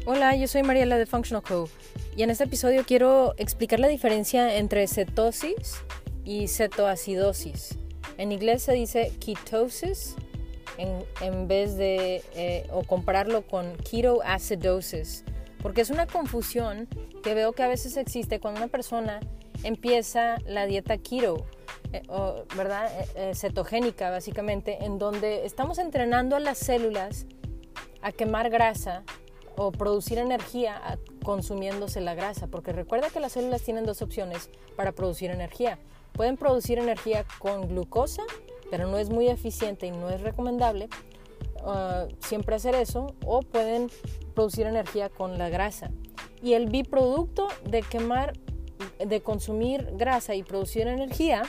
Hola, yo soy Mariela de Functional Co. Y en este episodio quiero explicar la diferencia entre cetosis y cetoacidosis. En inglés se dice ketosis en vez de, o compararlo con ketoacidosis, porque es una confusión que veo que a veces existe cuando una persona empieza la dieta keto, ¿verdad? Cetogénica básicamente, en donde estamos entrenando a las células a quemar grasa o producir energía consumiéndose la grasa, porque recuerda que las células tienen dos opciones para producir energía. Pueden producir energía con glucosa, pero no es muy eficiente y no es recomendable siempre hacer eso, o pueden producir energía con la grasa. Y el biproducto de consumir grasa y producir energía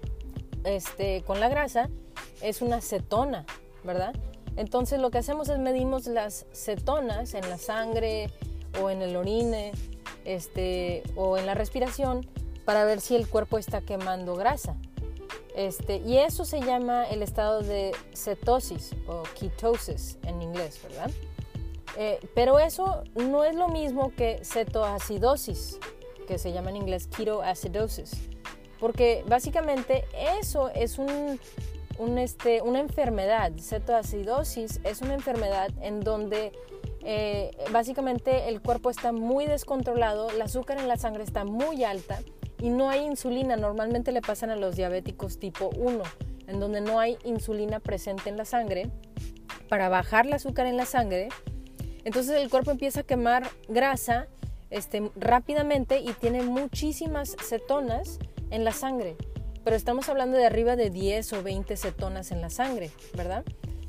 con la grasa es una cetona, ¿verdad? Entonces lo que hacemos es medimos las cetonas en la sangre o en el orine o en la respiración para ver si el cuerpo está quemando grasa. Y eso se llama el estado de cetosis o ketosis en inglés, ¿verdad? Pero eso no es lo mismo que cetoacidosis, que se llama en inglés ketoacidosis, porque básicamente eso es una enfermedad. Cetoacidosis es una enfermedad en donde básicamente el cuerpo está muy descontrolado, el azúcar en la sangre está muy alta y no hay insulina. Normalmente le pasan a los diabéticos tipo 1, en donde no hay insulina presente en la sangre para bajar el azúcar en la sangre. Entonces el cuerpo empieza a quemar grasa rápidamente y tiene muchísimas cetonas en la sangre. Pero estamos hablando de arriba de 10 o 20 cetonas en la sangre, ¿verdad?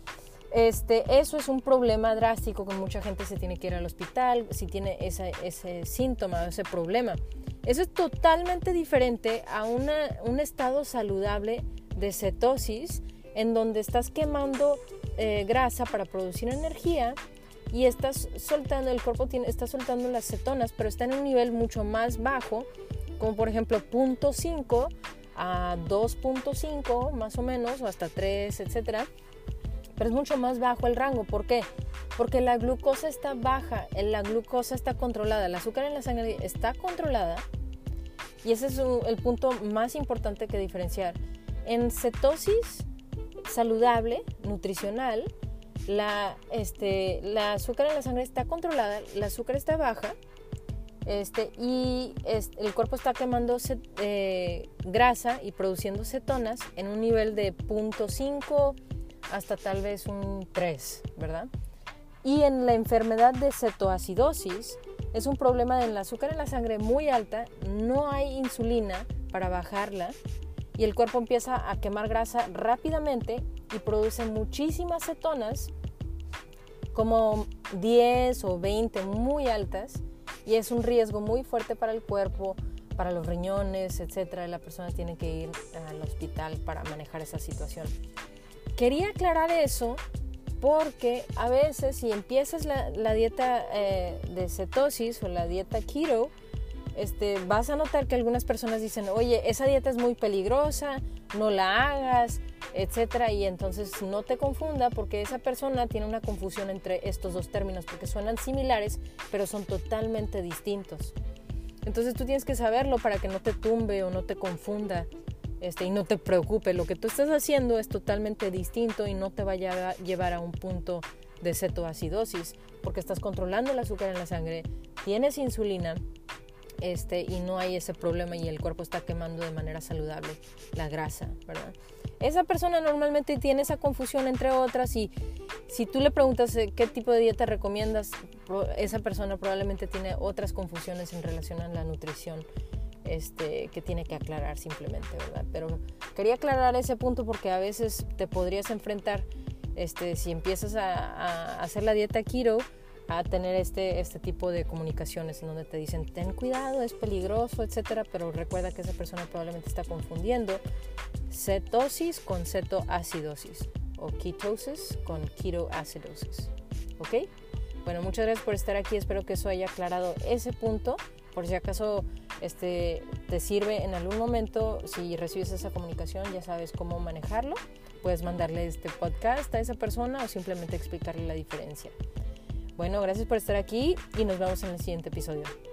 Eso es un problema drástico, que mucha gente se tiene que ir al hospital si tiene ese síntoma, ese problema. Eso es totalmente diferente a un estado saludable de cetosis, en donde estás quemando grasa para producir energía y el cuerpo está soltando las cetonas, pero está en un nivel mucho más bajo, como por ejemplo 0.5 a 2.5 más o menos, o hasta 3, etcétera, pero es mucho más bajo el rango. ¿Por qué? Porque la glucosa está baja, la glucosa está controlada, el azúcar en la sangre está controlada, y ese es el punto más importante que diferenciar. En cetosis saludable, nutricional, la azúcar en la sangre está controlada, el azúcar está baja, el cuerpo está quemando grasa y produciendo cetonas en un nivel de 0.5 hasta tal vez un 3, ¿verdad? Y en la enfermedad de cetoacidosis es un problema del azúcar en la sangre muy alta, no hay insulina para bajarla y el cuerpo empieza a quemar grasa rápidamente y produce muchísimas cetonas, como 10 o 20 muy altas, y es un riesgo muy fuerte para el cuerpo, para los riñones, etcétera. La persona tiene que ir al hospital para manejar esa situación. Quería aclarar eso porque a veces si empiezas la dieta de cetosis o la dieta keto, vas a notar que algunas personas dicen, oye, esa dieta es muy peligrosa, no la hagas, etcétera, y entonces no te confunda, porque esa persona tiene una confusión entre estos dos términos, porque suenan similares, pero son totalmente distintos. Entonces tú tienes que saberlo para que no te tumbe o no te confunda, y no te preocupe. Lo que tú estás haciendo es totalmente distinto y no te va a llevar a un punto de cetoacidosis, porque estás controlando el azúcar en la sangre, tienes insulina, y no hay ese problema y el cuerpo está quemando de manera saludable la grasa, ¿verdad? Esa persona normalmente tiene esa confusión entre otras, y si tú le preguntas qué tipo de dieta recomiendas, esa persona probablemente tiene otras confusiones en relación a la nutrición que tiene que aclarar simplemente, ¿verdad? Pero quería aclarar ese punto porque a veces te podrías enfrentar, si empiezas a hacer la dieta keto, a tener este tipo de comunicaciones en donde te dicen ten cuidado, es peligroso, etcétera, pero recuerda que esa persona probablemente está confundiendo cetosis con cetoacidosis o ketosis con ketoacidosis. ¿Ok? Bueno, muchas gracias por estar aquí, espero que eso haya aclarado ese punto. Por si acaso te sirve en algún momento, si recibes esa comunicación ya sabes cómo manejarlo. Puedes mandarle este podcast a esa persona o simplemente explicarle la diferencia. Bueno, gracias por estar aquí y nos vemos en el siguiente episodio.